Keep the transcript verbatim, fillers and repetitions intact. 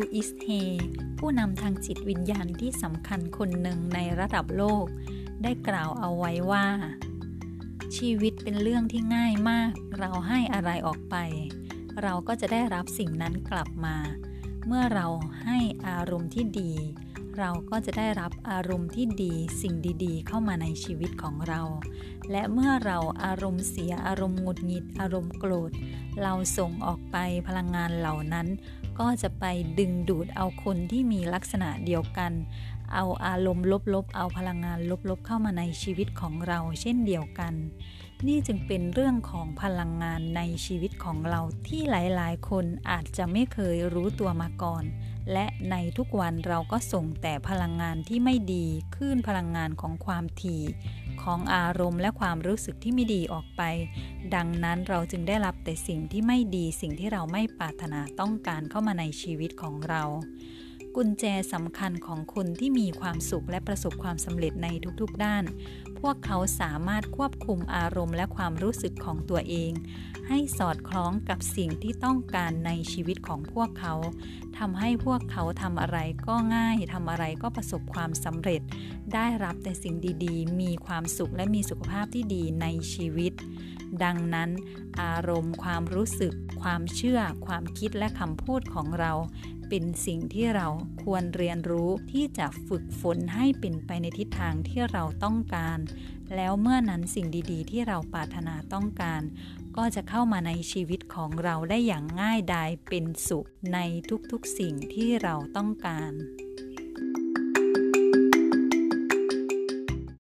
อิสเฮผู้นำทางจิตวิญญาณที่สำคัญคนหนึ่งในระดับโลกได้กล่าวเอาไว้ว่าชีวิตเป็นเรื่องที่ง่ายมากเราให้อะไรออกไปเราก็จะได้รับสิ่งนั้นกลับมาเมื่อเราให้อารมณ์ที่ดีเราก็จะได้รับอารมณ์ที่ดีสิ่งดีๆเข้ามาในชีวิตของเราและเมื่อเราอารมณ์เสียอารมณ์หงุดหงิดอารมณ์โกรธเราส่งออกไปพลังงานเหล่านั้นก็จะไปดึงดูดเอาคนที่มีลักษณะเดียวกันเอาอารมณ์ลบๆเอาพลังงานลบๆเข้ามาในชีวิตของเราเช่นเดียวกันนี่จึงเป็นเรื่องของพลังงานในชีวิตของเราที่หลายๆคนอาจจะไม่เคยรู้ตัวมาก่อนและในทุกวันเราก็ส่งแต่พลังงานที่ไม่ดีคลื่นพลังงานของความถี่ของอารมณ์และความรู้สึกที่ไม่ดีออกไปดังนั้นเราจึงได้รับแต่สิ่งที่ไม่ดีสิ่งที่เราไม่ปรารถนาต้องการเข้ามาในชีวิตของเรากุญแจสำคัญของคนที่มีความสุขและประสบความสำเร็จในทุกๆด้านพวกเขาสามารถควบคุมอารมณ์และความรู้สึกของตัวเองให้สอดคล้องกับสิ่งที่ต้องการในชีวิตของพวกเขาทำให้พวกเขาทำอะไรก็ง่ายทำอะไรก็ประสบความสำเร็จได้รับแต่สิ่งดีๆมีความสุขและมีสุขภาพที่ดีในชีวิตดังนั้นอารมณ์ความรู้สึกความเชื่อความคิดและคำพูดของเราเป็นสิ่งที่เราควรเรียนรู้ที่จะฝึกฝนให้เป็นไปในทิศทางที่เราต้องการแล้วเมื่อนั้นสิ่งดีๆที่เราปรารถนาต้องการก็จะเข้ามาในชีวิตของเราได้อย่างง่ายดายเป็นสุขในทุกๆสิ่งที่เราต้องการ